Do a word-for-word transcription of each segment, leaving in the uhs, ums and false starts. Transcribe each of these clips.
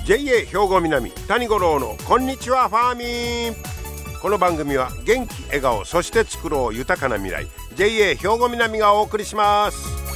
ジェイエー 兵庫南谷五郎のこんにちはファーミン。この番組は元気笑顔そして作ろう豊かな未来 ジェイエー 兵庫南がお送りします。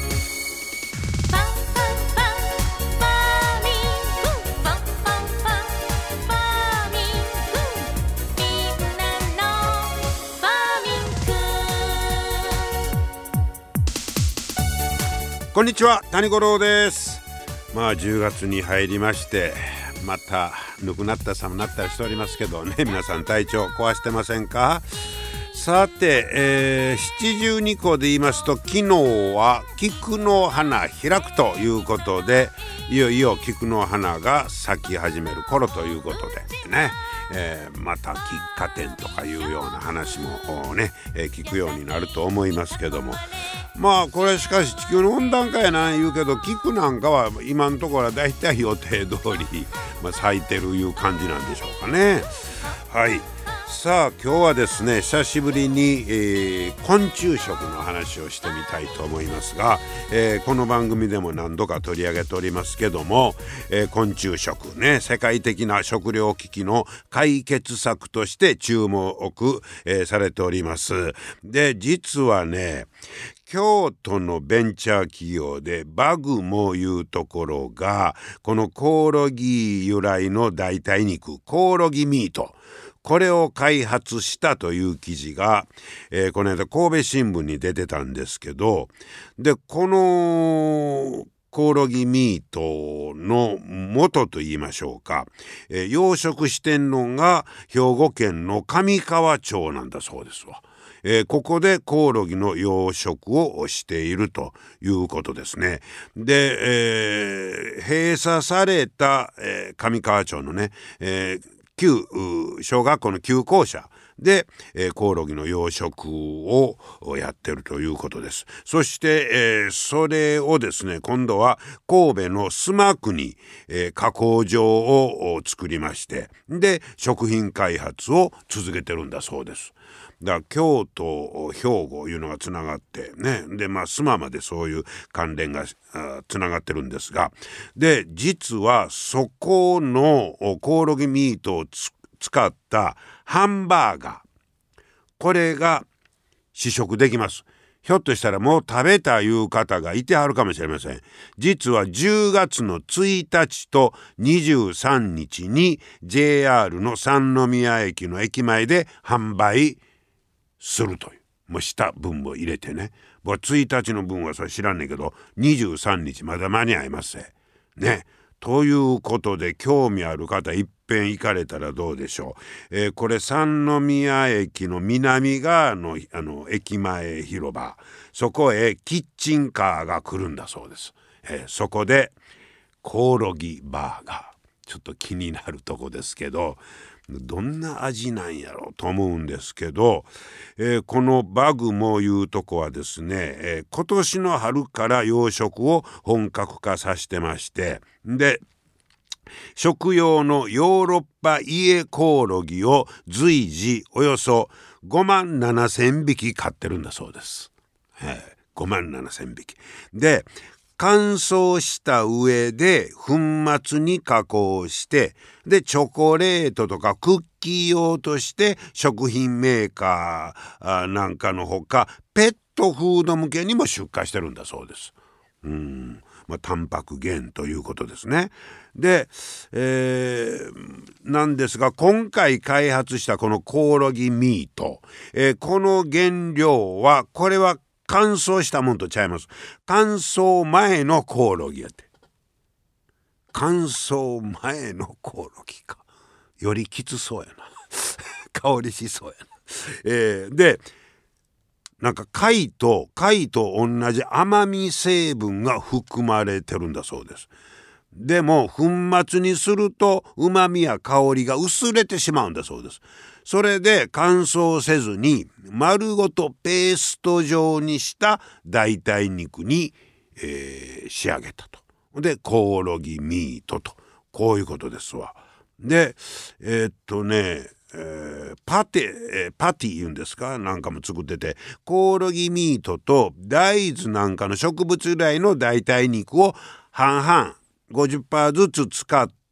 こんにちは谷五郎です。まあじゅうがつに入りましてまたぬくなった寒なったりしておりますけどね、皆さん体調壊してませんか？さて、えー、七十二候で言いますと昨日は菊の花開くということでいよいよ菊の花が咲き始める頃ということでね、えー、また喫茶店とかいうような話もね、えー、聞くようになると思いますけども、まあこれしかし地球の温暖化やな言うけど菊なんかは今のところはだいたい予定通り、まあ、咲いてるいう感じなんでしょうかね。はい、さあ今日はですね久しぶりに、えー、昆虫食の話をしてみたいと思いますが、えー、この番組でも何度か取り上げておりますけども、えー、昆虫食ね世界的な食糧危機の解決策として注目、えー、されております。で実はね京都のベンチャー企業でバグモいうところがこのコオロギ由来の代替肉コオロギミートこれを開発したという記事が、えー、この間神戸新聞に出てたんですけど、でこのコオロギミートの元と言いましょうか、えー、養殖してんのが兵庫県の上川町なんだそうですわ。えー、ここでコオロギの養殖をしているということですね。で、えー、閉鎖された、えー、上川町のね、えー、旧小学校の旧校舎で、えー、コオロギの養殖をやってるということです。そして、えー、それをですね今度は神戸の須磨区に、えー、加工場を作りましてで食品開発を続けてるんだそうです。だから京都兵庫いうのがつながってねでまあ須磨までそういう関連がつながってるんですが、で実はそこのコオロギミートをつ使ったハンバーガーこれが試食できます。ひょっとしたらもう食べたいう方がいてはるかもしれません。実はじゅうがつのついたちとにじゅうさんにちに ジェイアール の三宮駅の駅前で販売するというもうした分も入れてね、僕ついたちの分はそれ知らんねんけどにじゅうさんにちまだ間に合いますね。ということで興味ある方いっぺん行かれたらどうでしょう。えー、これ三宮駅の南側の、あの駅前広場そこへキッチンカーが来るんだそうです。えー、そこでコオロギバーガーちょっと気になるとこですけどどんな味なんやろうと思うんですけど、えー、このバグもいうとこはですね、えー、今年の春から養殖を本格化させてましてで食用のヨーロッパイエコオロギを随時およそごまんななせんびき飼ってるんだそうです。えー、ごまんななせんびきで乾燥した上で粉末に加工してでチョコレートとかクッキー用として食品メーカーなんかのほかペットフード向けにも出荷してるんだそうです。うーんまあ、タンパク源ということですね。で、えー、なんですが今回開発したこのコオロギミート、えー、この原料はこれは乾燥したもんとちゃいます。乾燥前のコオロギやって乾燥前のコオロギかよりきつそうやな香りしそうやな、えー、でなんか貝と貝と同じ甘み成分が含まれてるんだそうです。でも粉末にすると旨味や香りが薄れてしまうんだそうです。それで乾燥せずに丸ごとペースト状にした代替肉に、えー、仕上げたと。でコオロギミートとこういうことですわ。でえー、っとねえー、パテ、えー、パティ言うんですかなんかも作っててコオロギミートと大豆なんかの植物由来の代替肉を半々 ごじゅっパーセント ずつ使っ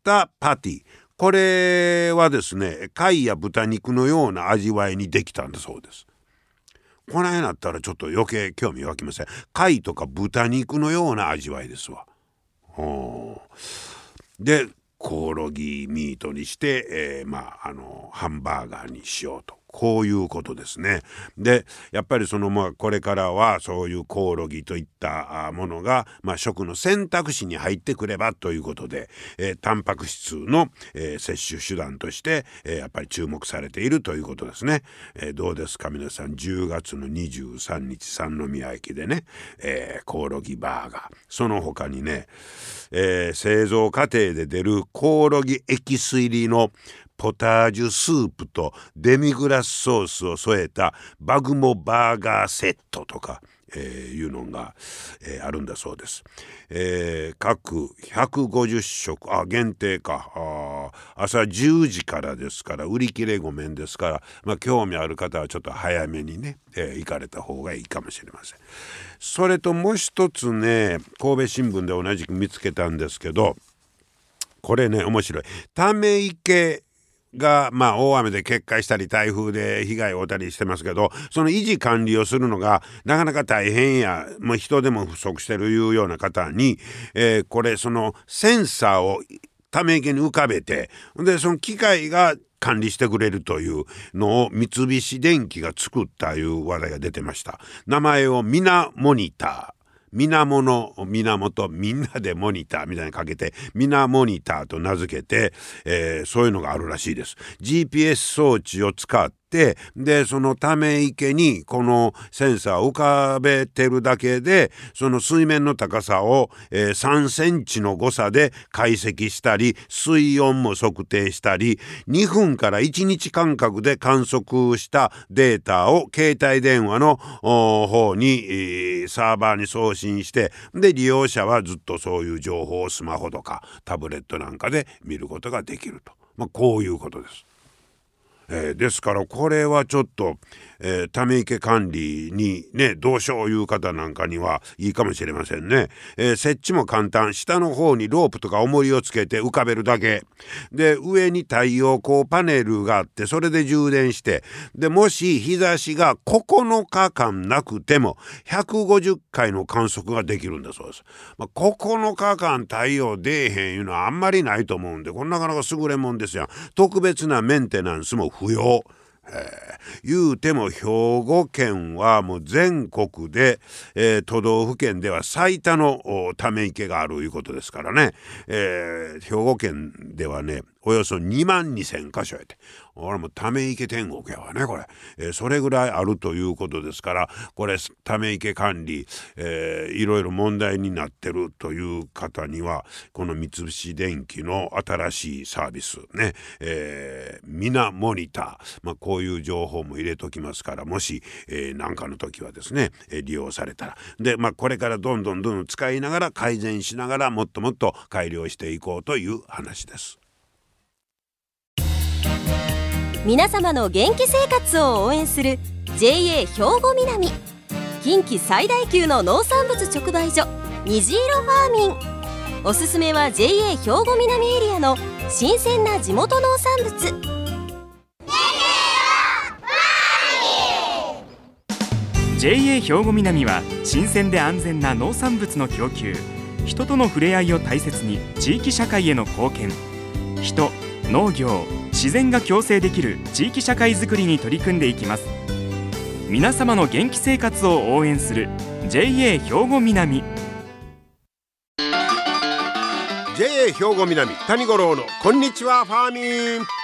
ったパティ、これはですね貝や豚肉のような味わいにできたんだそうです。この辺になったらちょっと余計興味湧きません。貝とか豚肉のような味わいですわ。でコオロギミートにして、えー、まああのハンバーガーにしようと、こういうことですね。でやっぱりそのまあこれからはそういうコオロギといったものが、まあ、食の選択肢に入ってくればということで、えー、タンパク質の、えー、摂取手段として、えー、やっぱり注目されているということですね。えー、どうですか皆さん、じゅうがつのにじゅうさんにち三宮駅でね、えー、コオロギバーガー、その他にね、えー、製造過程で出るコオロギエキス入りのポタージュスープとデミグラスソースを添えたバグモバーガーセットとか、えー、いうのが、えー、あるんだそうです。えー、各ひゃくごじゅっしょく、あ限定か、あ朝じゅうじからですから売り切れごめんですから、まあ、興味ある方はちょっと早めにね、えー、行かれた方がいいかもしれません。それともう一つね、神戸新聞で同じく見つけたんですけど、これね面白い。ため池がまあ大雨で決壊したり台風で被害を負ったりしてますけど、その維持管理をするのがなかなか大変や、もう人でも不足してるいうような方に、えー、これそのセンサーをため池に浮かべて、でその機械が管理してくれるというのを三菱電機が作ったいう話題が出てました。名前をミナモニター、水面の源、みんなでモニターみたいにかけてミナモニターと名付けて、えー、そういうのがあるらしいです。 ジーピーエス 装置を使ってでそのため池にこのセンサーを浮かべてるだけでその水面の高さを、えー、さんセンチの誤差で解析したり、水温も測定したり、にふんからいちにち間隔で観測したデータを携帯電話の方に、えー、サーバーに送信して、で利用者はずっとそういう情報をスマホとかタブレットなんかで見ることができると、まあ、こういうことです。えー、ですからこれはちょっと、えー、ため池管理にねどうしよういう方なんかにはいいかもしれませんね。えー、設置も簡単、下の方にロープとか重りをつけて浮かべるだけで、上に太陽光パネルがあってそれで充電して、でもし日差しがここのかかんなくてもひゃくごじゅっかいの観測ができるんだそうです。まあ、ここのかかん太陽出えへんいうのはあんまりないと思うんで、これなかなか優れもんですよ。特別なメンテナンスも不要。えー、言うても兵庫県はもう全国で、えー、都道府県では最多のため池があるいうことですからね、えー、兵庫県ではねおよそにまんにせんかしょやて、俺もため池天国やわねこれ、えー、それぐらいあるということですから、これため池管理、えー、いろいろ問題になってるという方にはこの三菱電機の新しいサービスね、えー、ミナモニター、まあ、こういう情報も入れときますから、もしえー、何かの時はですね、えー、利用されたらで、まあ、これからどんどんどんどん使いながら改善しながらもっともっと改良していこうという話です。 皆様の元気生活を応援する ジェイエー 兵庫南、近畿最大級の農産物直売所虹色ファーミン。おすすめは ジェイエー 兵庫南エリアの新鮮な地元農産物。 ジェイエー 兵庫南は新鮮で安全な農産物の供給、人との触れ合いを大切に地域社会への貢献、人、農業、自然が共生できる地域社会づくりに取り組んでいきます。皆様の元気生活を応援する ジェイエー 兵庫南。 ジェイエー 兵庫南谷五郎のこんにちはファーミン。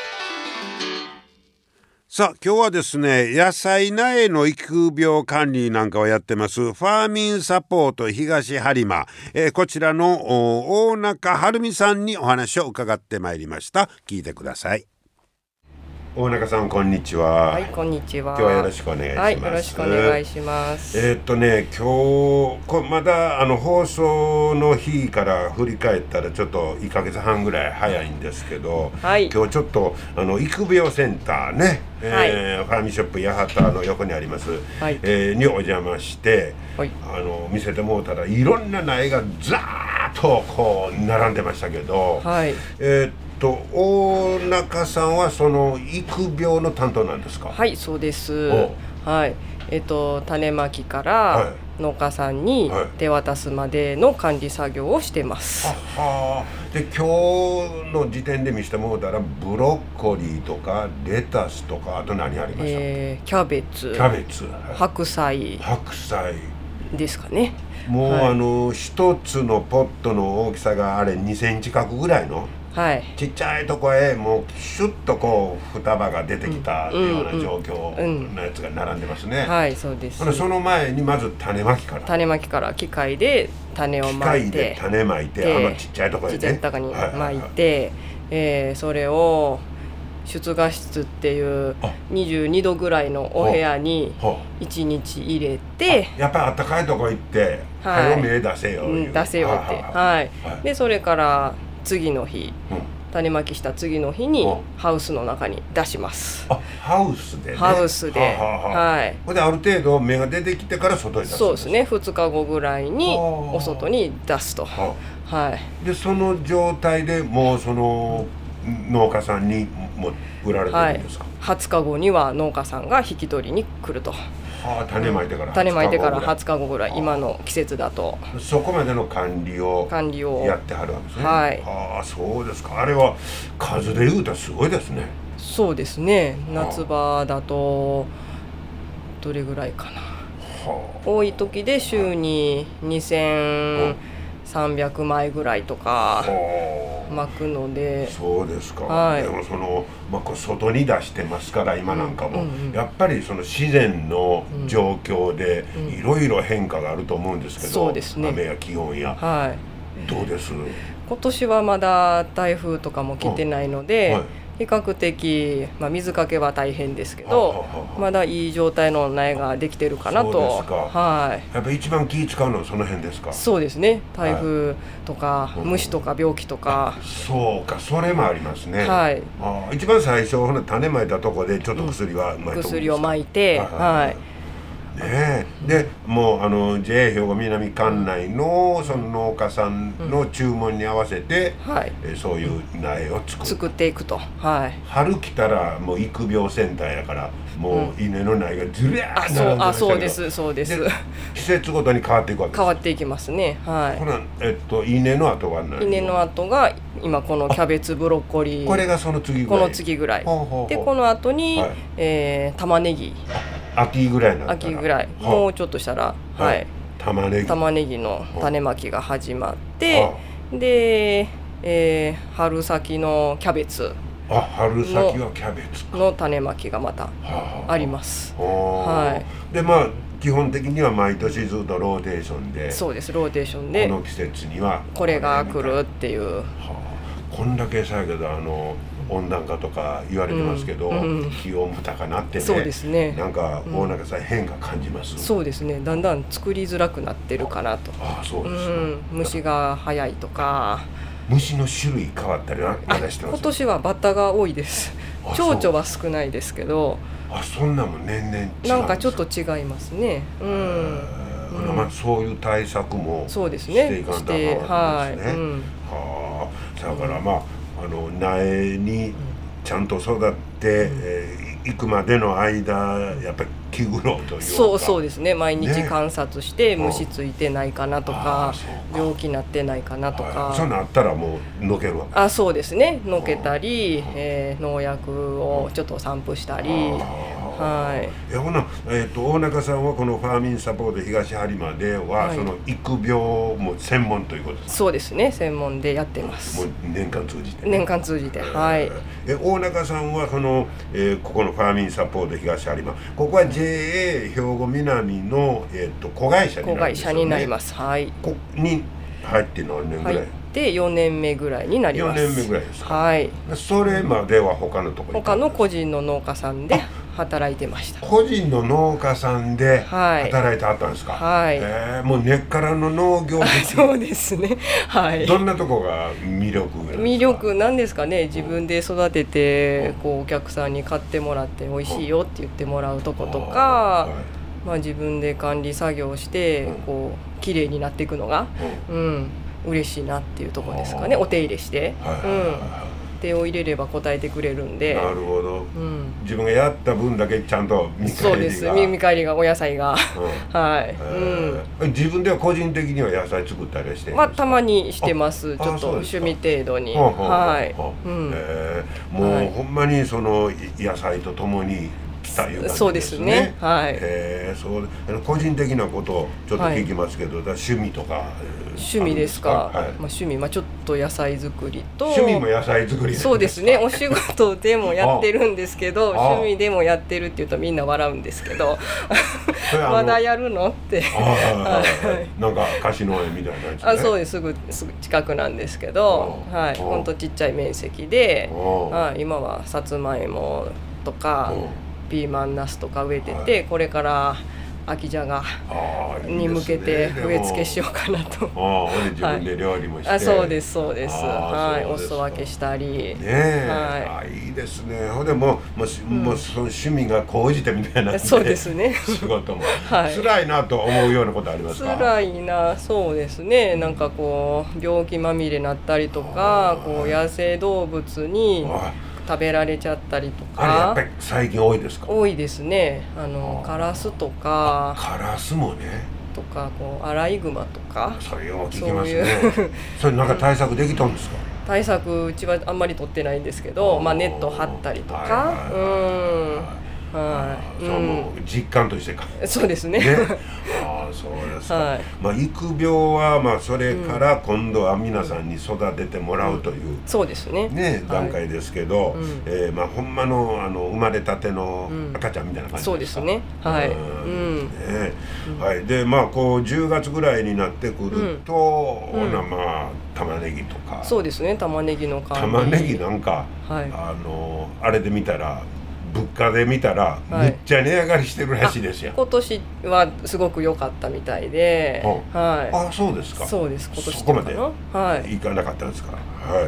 さあ今日はですね、野菜苗の育苗管理なんかをやってますファーミンサポート東播磨、えー、こちらの大中晴美さんにお話を伺ってまいりました。聞いてください。大中さんこんにちは。 はい、こんにちは。 今日はよろしくお願いします。 はい、よろしくお願いします。 えー、っとね今日こまだあの放送の日から振り返ったらちょっといっかげつはんぐらい早いんですけど、はい、今日ちょっとあの育苗センターね、はい、えー、ファーミンショップ八幡の横にあります、はい、えー、にお邪魔して、はい、あの見せてもうたらいろんな苗がザーーっとこう並んでましたけど、 はい、 えーっと大中さんはその育苗の担当なんですか？ はい、そうです。はい、えっと種まきから農家さんに手渡すまでの管理作業をしてます。 ははで今日の時点で見せてもらったらブロッコリーとかレタスとかあと何ありました？ えー、キャベツ、 キャベツ、 白菜、 白菜ですかね。 もう、 はい、 あの一つのポットの大きさがあれにセンチ角ぐらいの、 はい、 ちっちゃいとこへもうシュッとこう双葉が出てきたような状況のやつが並んでますね。 うんうんうん、はい、そうです。 その前にまず種まきから種まきから機械で種をまいて、 機械で種まいて、あのちっちゃいとこへね、 ちっちゃいとこにまいて、えー、それを出荷室っていうにじゅうにどぐらいのお部屋にいちにち入れて、 やっぱりあったかいとこ行って早め出せよ、 うん、出せよって、はい、でそれから次の日、うん、種まきした次の日にハウスの中に出します。 あ、ハウスでね。 ハウスで、はあはあ、はい。 これである程度芽が出てきてから外に出す。 そうですね。ふつかごぐらいにお外に出すと。はあ、はい。 でその状態でもうその農家さんにも売られてるんですか？ はい、はつかごには農家さんが引き取りに来ると。 はあ、種まいてから種まいてからはつかごぐらい、今の季節だとそこまでの管理を管理をやってはるわけですね。 はい。 はあ、そうですか。あれは数でいうとすごいですね。 そうですね。夏場だとどれぐらいかな。はあ、多い時で週ににせんさんびゃくまいぐらいとか巻くので。 そうですか。 はい、 でもその、まあ、こう外に出してますから今なんかも、うんうん、やっぱりその自然の状況でいろいろ変化があると思うんですけど、 そうですね、 雨や気温や、 はい、 どうです？ 今年はまだ台風とかも来てないので、はい、比較的、まあ、水かけは大変ですけど、はははまだいい状態の苗ができてるかなと。 そうですか。 はい、 やっぱり一番気使うのはその辺ですか？ そうですね。台風とか、はい、虫とか病気とか、 うん、そうか、それもありますね。 はい、 あ一番最初種まいたとこでちょっと薬はまいた、うん、薬をまいて、はい、はいはいね、でもうあの ジェイ 兵庫南管内のその農家さんの注文に合わせて、うんはい、えそういう苗を作る作っていくと、はい、 春来たらもう育苗センターやからもう稲の苗がずりゃー並んでましたけど、あそうですそうです。 季節ごとに変わっていくわけです。 変わっていきますね。はい。 ほな、えっと稲の後は何？ 稲の後が今このキャベツブロッコリー、 これがその次ぐらい、 この次ぐらいほうほうほうで、この後に、はい、えー、玉ねぎ、 秋ぐらいになったら秋ぐらい、もうちょっとしたら、はい、はい、 玉ねぎ玉ねぎの種まきが始まって、で、えー、春先のキャベツ、 あ、春先はキャベツの種まきがまたあります。 はい。で、まあ基本的には毎年ずっとローテーションで、 そうです、ローテーションでこの季節にはこれが来るっていう。はあ、こんだけさやけどあの温暖化とか言われてますけど、うんうん、気温も高なってね、 そうですね、 なんか大中さん変化感じます？ うん、そうですね、だんだん作りづらくなってるかなと。 ああ、そうですね、うん、 虫が早いとか。 虫の種類変わったりはまだしてます？ 今年はバッタが多いです。蝶々は少ないですけど。 あ、そんなもん年々違うんですか？ なんかちょっと違いますね。うん。 うん、まあそういう対策もしていかんとあかんわけですね。はあ、だからまああの苗にちゃんと育って、うんえー、いくまでの間やっぱり気苦労というか、 そうそうですね、毎日観察して虫ついてないかなとか、ね、病気になってないかなとか、 そうなったらもうのけるわけ。 あ、そうですね、のけたり、えー、農薬をちょっと散布したり、はい。 いやほな、えー、と大中さんはこのファーミンサポート東播磨では、はい、その育苗も専門ということですか？ そうですね、専門でやってます。 もう年間通じて、ね、 年間通じて、はい。 え大中さんはこの、えー、ここのファーミンサポート東播磨、ここは ジェイエー 兵庫南の、えー、と子会社になるんですよね。子会社になります。はい。こに入って何年ぐらい？ 入ってよねんめぐらいになります。 よねんめぐらいですか？ はい。 それまでは他のところ、 他の個人の農家さんで働いてました。 個人の農家さんで働いてあったんですか？はい。えー、もう根っからの農業的そうですね。はい。 どんなとこが魅力なんですか？ 魅力なんですかね。自分で育てて、こうお客さんに買ってもらって美味しいよって言ってもらうとことか、まあ自分で管理作業してこう綺麗になっていくのが、うん、 嬉しいなっていうところですかね。お手入れして、 はいはいはいはい、うん、 手を入れれば答えてくれるんで。 なるほど、 うん、 自分がやった分だけちゃんと見返りが。 そうです、見返りがお野菜が、うん、はい、 うん、自分では個人的には野菜作ったりはしてるんですか？ まあ、たまにしてます。ちょっと趣味程度に。はい。 もう、はい、ほんまにその野菜とともに来たいう感じですね。 そうですね。はい。 えー、そう個人的なことをちょっと聞きますけど、はい、趣味とか。 趣味ですか。はい、まあ、趣味、まあ、ちょっと野菜作りと。 趣味も野菜作り。 そうですね。お仕事でもやってるんですけど、趣味でもやってるって言うとみんな笑うんですけど。まだやるのって。 なんか菓子農園みたいなやつ、ね。 あ、そうです。すぐ、すぐ近くなんですけど、はい、本当ちっちゃい面積で、はい、今はさつまいもとかピーマンナスとか植えてて、これから秋じゃがに向けて植え付けしようかなと。 ああ、自分で料理もして。 あ、そうですそうです。はい、お裾分けしたり。ねえ、はい、いいですね。ほんでもうもうもうその趣味が高じてみたいな。 そうですね。 仕事も辛いなと思うようなことありますか？ 辛いな、そうですね。なんかこう病気まみれになったりとか、こう野生動物に食べられちゃったりとか。 あれやっぱり最近多いですか？ 多いですね。あのカラスとか。 カラスもね。 とかこうアライグマとか。 それを聞きますね。それなんか対策できたんですか？ 対策うちはあんまり取ってないんですけど、まあネット張ったりとか。うん。はい。 その実感としてか。 そうですね。 ああ、そうですか。まあ育苗はまあそれから今度は皆さんに育ててもらうという。 そうですね。 ね、段階ですけど、えまあほんまのあの生まれたての赤ちゃんみたいな感じですか。 そうですね。はい。うん。 ね、はい。でまあこうじゅうがつぐらいになってくると、ほなまあ玉ねぎとか。 そうですね。玉ねぎの感じ。 玉ねぎなんかあのあれで見たら。物価で見たらめっちゃ値上がりしてるらしいですよ。 今年はすごく良かったみたいで、 はい。あ、そうですか。 そうです。今年そこまでいかなかったんですか。はい。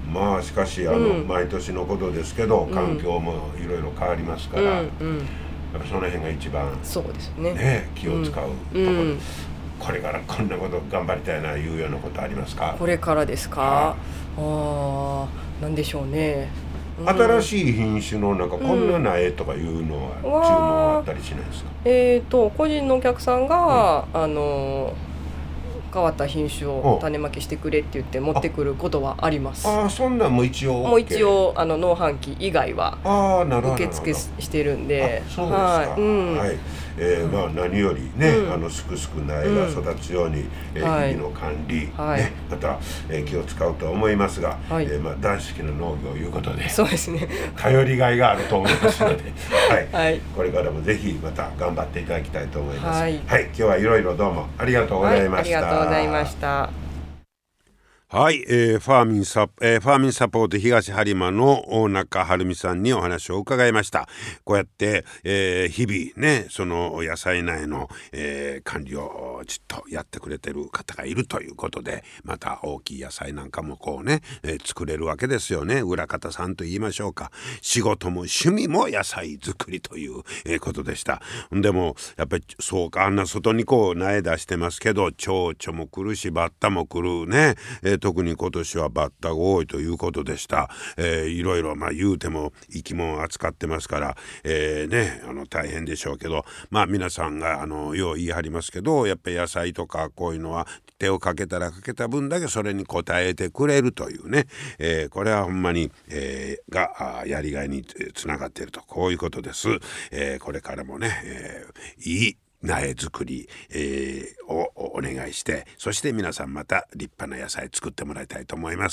まあしかしあの毎年のことですけど、環境もいろいろ変わりますから、やっぱその辺が一番そうですね。 ね、気を使うところ。これからこんなこと頑張りたいないうようなことありますか？ これからですか？ああ、なんでしょうね。 新しい品種のなんかこんな苗とかいうのは注文あったりしないですか？ うん、えっと個人のお客さんが、うん、あの変わった品種を種まきしてくれって言って持ってくることはあります。 ああ、そんなんも一応、OK、 もう一応あの農販機以外は受付してるんで。 そうですか。はい。うん、はい。えー、まあ何よりね、うん、あのすくすく苗が育つように、うん、えー、日々の管理、はい、ね、また、えー、気を使うと思いますが、はい、えー、まあ大好きな農業ということで、 そうですね。 頼りがいがあると思いますので、はい、 はい、 これからもぜひまた頑張っていただきたいと思います。はい、はい、今日はいろいろどうもありがとうございました。 はい、ありがとうございました。 はい、えー、ファーミンサ、えー、ファーミンサポート東播磨の大中晴美さんにお話を伺いました。こうやって、えー、日々ね、その野菜苗の、えー、管理をちっとやってくれてる方がいるということで、また大きい野菜なんかもこうね、えー、作れるわけですよね。裏方さんと言いましょうか。仕事も趣味も野菜作りという、えー、ことでした。でもやっぱりそうか、あんな外にこう苗出してますけど、蝶々も来るしバッタも来るね、えー特に今年はバッタが多いということでした。えー、いろいろまあ言うても生き物を扱ってますから、えー、ね、あの大変でしょうけど、まあ皆さんがあのよう言い張りますけど、やっぱり野菜とかこういうのは手をかけたらかけた分だけそれに応えてくれるというね、えー、これはほんまに、えー、がやりがいにつながっていると、こういうことです。えー、これからもね、えー、いい苗作り、えー、をお願いして、そして皆さんまた立派な野菜作ってもらいたいと思います。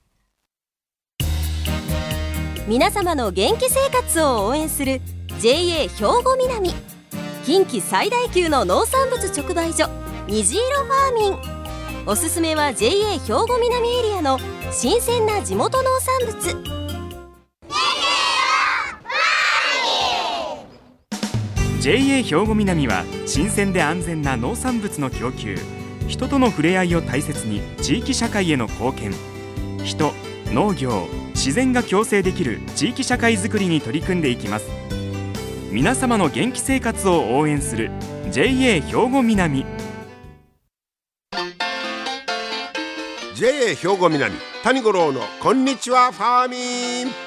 皆様の元気生活を応援する ジェイエー 兵庫南、近畿最大級の農産物直売所虹色ファーミン。おすすめは ジェイエー 兵庫南エリアの新鮮な地元農産物。 ジェイエー 兵庫南は新鮮で安全な農産物の供給、人との触れ合いを大切に地域社会への貢献、人、農業、自然が共生できる地域社会づくりに取り組んでいきます。皆様の元気生活を応援する ジェイエー 兵庫南。 ジェーエー 兵庫南谷五郎のこんにちはファーミン。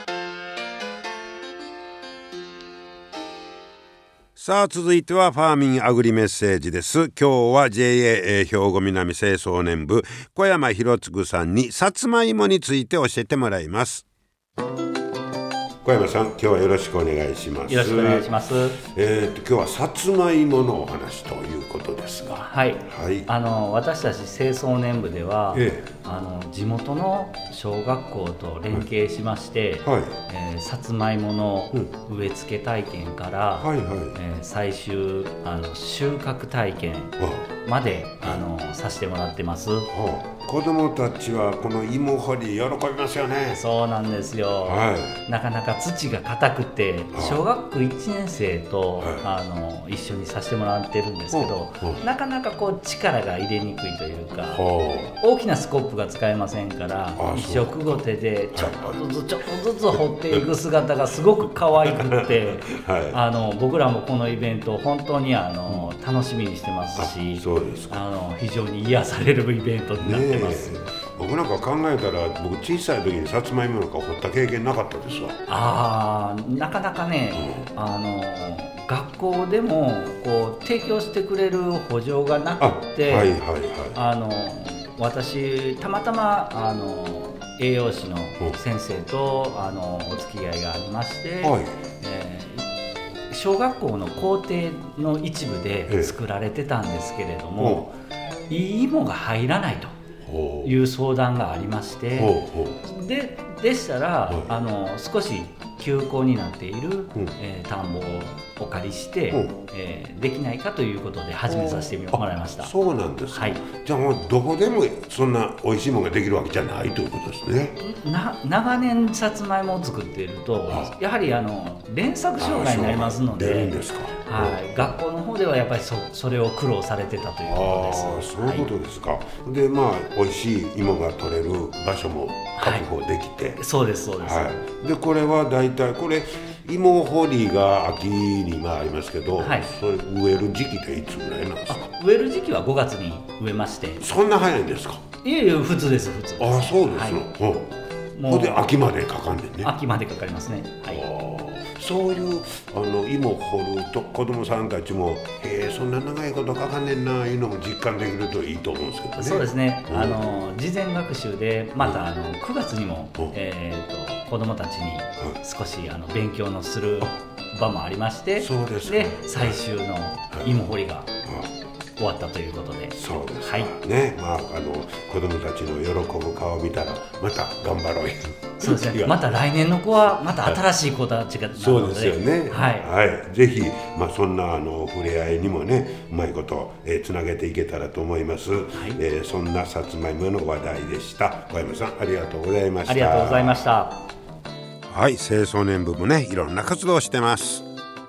さあ続いてはファーミンアグリメッセージです。今日は ジェーエー 兵庫南清掃年部小山博嗣さんにさつまいもについて教えてもらいます。小山さん、今日はよろしくお願いします。 よろしくお願いします。 えー、と今日はさつまいものお話ということですが、 はい、はい、あの私たち清掃年部では、ええ、あの地元の小学校と連携しまして、はい、えー、さつまいもの植え付け体験から、うん、はいはい、えー、最終あの収穫体験まで、あのさせてもらってます。はあ、子どもたちはこの芋掘り喜びますよね。 そうなんですよ、はい、なかなか土が硬くて、小学校いちねん生と、はい、あの一緒にさせてもらってるんですけど、はい、なかなかこう力が入れにくいというか、はい、大きなスコップが使えませんから、一食ごてでちょっとずつちょっとずつ掘っていく姿がすごく可愛くて、はい、あの僕らもこのイベントを本当にあの楽しみにしてますし、 そうですか。 あの非常に癒されるイベントになってます。 僕なんか考えたら、僕小さい時にさつまいもなんか掘った経験なかったですわ。 あー、なかなかね、うん、あの学校でもこう提供してくれる補助がなくて、はいはいはい、あの私たまたまあの栄養士の先生と、うん、あのお付き合いがありまして、はい、えー、小学校の校庭の一部で作られてたんですけれども、ええ、いい芋が入らないという相談がありまして、で、でしたら、はい、あの少し休校になっている、うん、えー、田んぼをお借りして、うん、えー、できないかということで始めさせてもらいました。 そうなんですか、 はい、 じゃあもうどこでもそんな美味しいものができるわけじゃないということですね。 な長年さつまいもを作っていると、やはりあの連作障害になりますので、 出るんですか。 はい、学校の方ではやっぱり そ, それを苦労されてたということです。 あ、そういうことですか、はい、でまあ美味しい芋が取れる場所も確保できて、 はい、そうですそうです、はい、でこれはだいたいこれ芋掘りが秋にまあありますけど、はい、それ植える時期っていつぐらいなんですか。 植える時期はごがつに植えまして。 そんな早いんですか。 いえいえ、普通です普通です。 あ、そうですの、はい、うん、もうで秋までかかんねんね。 秋までかかりますね、はい、 そういうあの芋掘ると子供さんたちも、へえ、そんな長いことかかんねんないうのも実感できるといいと思うんですけどね。 そうですね、うん、あの事前学習でまたあのくがつにも、うん、えー、と子供たちに少しあの勉強のする場もありまして、 そうです、 で最終の芋掘りが終わったということで。 そうです、 はい、 ね、まあ、あの子供たちの喜ぶ顔を見たらまた頑張ろう。 そうですね、また来年の子はまた新しい子たちがなので、 そうですよね、 はい、 はい、ぜひ、まあ、そんなあの触れ合いにもね、うまいこと、えー、つなげていけたらと思います、はい、えー、そんなさつまいもの話題でした。小山さん、ありがとうございました。 ありがとうございました。 はい、清掃年部もね、いろんな活動をしてます。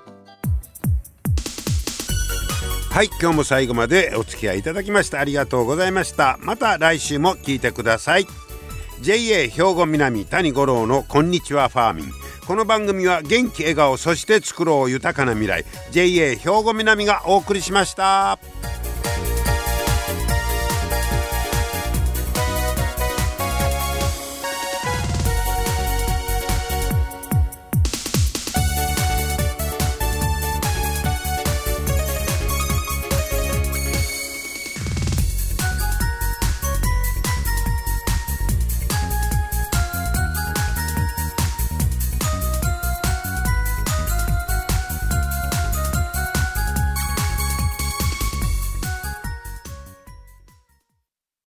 はい、今日も最後までお付き合いいただきましてありがとうございました。また来週も聞いてください。 ジェイエー 兵庫南谷五郎のこんにちはファーミン。この番組は元気笑顔そして作ろう豊かな未来 ジェイエー 兵庫南がお送りしました。